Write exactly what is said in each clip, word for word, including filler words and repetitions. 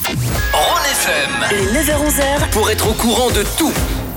Rhône F M. Le neuf heures onze Pour être au courant de tout.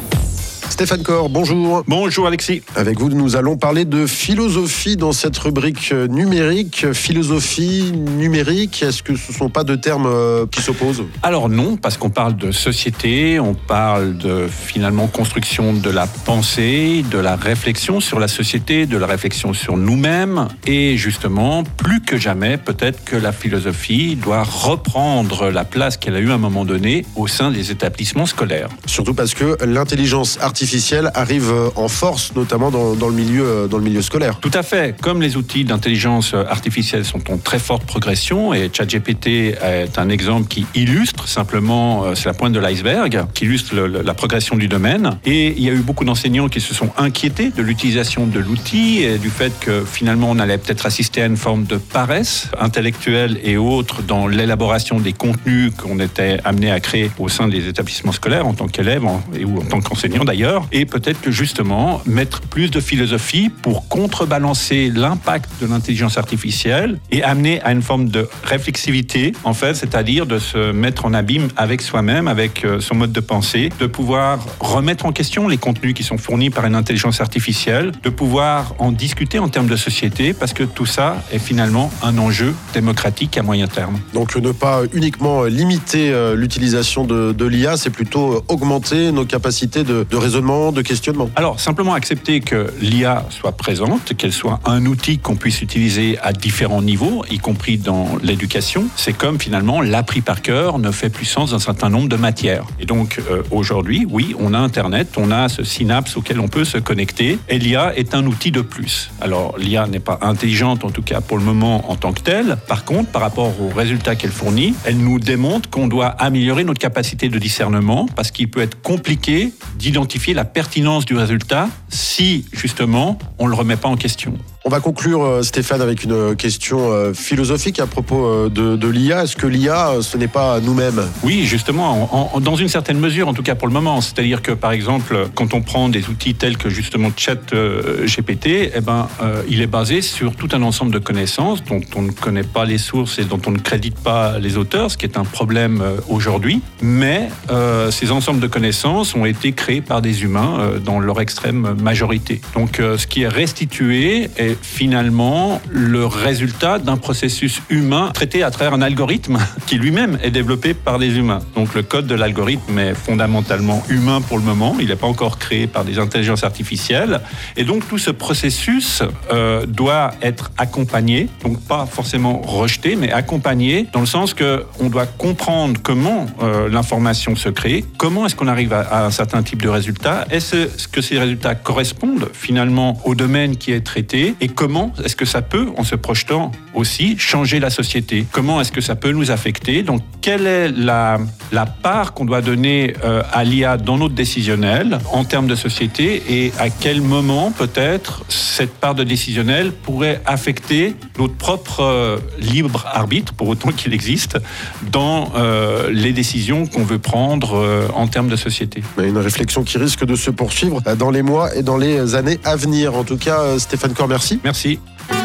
Stéphane Cor, bonjour. Bonjour Alexis. Avec vous, nous allons parler de philosophie dans cette rubrique numérique. Philosophie, numérique, est-ce que ce ne sont pas deux termes qui s'opposent ? Alors non, parce qu'on parle de société, on parle de finalement construction de la pensée, de la réflexion sur la société, de la réflexion sur nous-mêmes. Et justement, plus que jamais, peut-être que la philosophie doit reprendre la place qu'elle a eue à un moment donné au sein des établissements scolaires. Surtout parce que l'intelligence artificielle arrive en force, notamment dans, dans, le milieu, dans le milieu scolaire. Tout à fait. Comme les outils d'intelligence artificielle sont en très forte progression, et ChatGPT est un exemple qui illustre simplement, c'est la pointe de l'iceberg, qui illustre le, le, la progression du domaine. Et il y a eu beaucoup d'enseignants qui se sont inquiétés de l'utilisation de l'outil et du fait que finalement on allait peut-être assister à une forme de paresse intellectuelle et autres dans l'élaboration des contenus qu'on était amené à créer au sein des établissements scolaires en tant qu'élève et ou en tant qu'enseignant d'ailleurs. Et peut-être que justement, mettre plus de philosophie pour contrebalancer l'impact de l'intelligence artificielle et amener à une forme de réflexivité, en fait, c'est-à-dire de se mettre en abîme avec soi-même, avec son mode de pensée, de pouvoir remettre en question les contenus qui sont fournis par une intelligence artificielle, de pouvoir en discuter en termes de société, parce que tout ça est finalement un enjeu démocratique à moyen terme. Donc ne pas uniquement limiter l'utilisation de, de l'I A, c'est plutôt augmenter nos capacités de, de raisonnement, de questionnement. Alors, simplement accepter que l'I A soit présente, qu'elle soit un outil qu'on puisse utiliser à différents niveaux, y compris dans l'éducation, c'est comme finalement l'appris par cœur ne fait plus sens dans un certain nombre de matières. Et donc, euh, aujourd'hui, oui, on a Internet, on a ce synapse auquel on peut se connecter, et l'I A est un outil de plus. Alors, l'I A n'est pas intelligente, en tout cas pour le moment, en tant que telle. Par contre, par rapport aux résultats qu'elle fournit, elle nous démontre qu'on doit améliorer notre capacité de discernement, parce qu'il peut être compliqué d'identifier la pertinence du résultat si, justement, on ne le remet pas en question. On va conclure, Stéphane, avec une question philosophique à propos de, de l'I A. Est-ce que l'I A, ce n'est pas nous-mêmes ? Oui, justement, en, en, dans une certaine mesure, en tout cas pour le moment. C'est-à-dire que, par exemple, quand on prend des outils tels que, justement, ChatGPT, eh ben, euh, il est basé sur tout un ensemble de connaissances dont on ne connaît pas les sources et dont on ne crédite pas les auteurs, ce qui est un problème euh, aujourd'hui. Mais euh, ces ensembles de connaissances ont été créés par des humains euh, dans leur extrême majorité. Donc, euh, ce qui est restitué est finalement le résultat d'un processus humain traité à travers un algorithme qui lui-même est développé par des humains. Donc le code de l'algorithme est fondamentalement humain pour le moment, il n'est pas encore créé par des intelligences artificielles, et donc tout ce processus euh, doit être accompagné, donc pas forcément rejeté, mais accompagné dans le sens qu'on doit comprendre comment euh, l'information se crée, comment est-ce qu'on arrive à, à un certain type de résultat, est-ce que ces résultats correspondent finalement au domaine qui est traité, et comment est-ce que ça peut, en se projetant aussi, changer la société ? Comment est-ce que ça peut nous affecter ? Donc, quelle est la, la part qu'on doit donner euh, à l'I A dans notre décisionnel en termes de société, et à quel moment, peut-être, cette part de décisionnel pourrait affecter notre propre euh, libre arbitre, pour autant qu'il existe, dans euh, les décisions qu'on veut prendre euh, en termes de société. Une réflexion qui risque de se poursuivre dans les mois et dans les années à venir. En tout cas, Stéphane Cor, merci. Merci.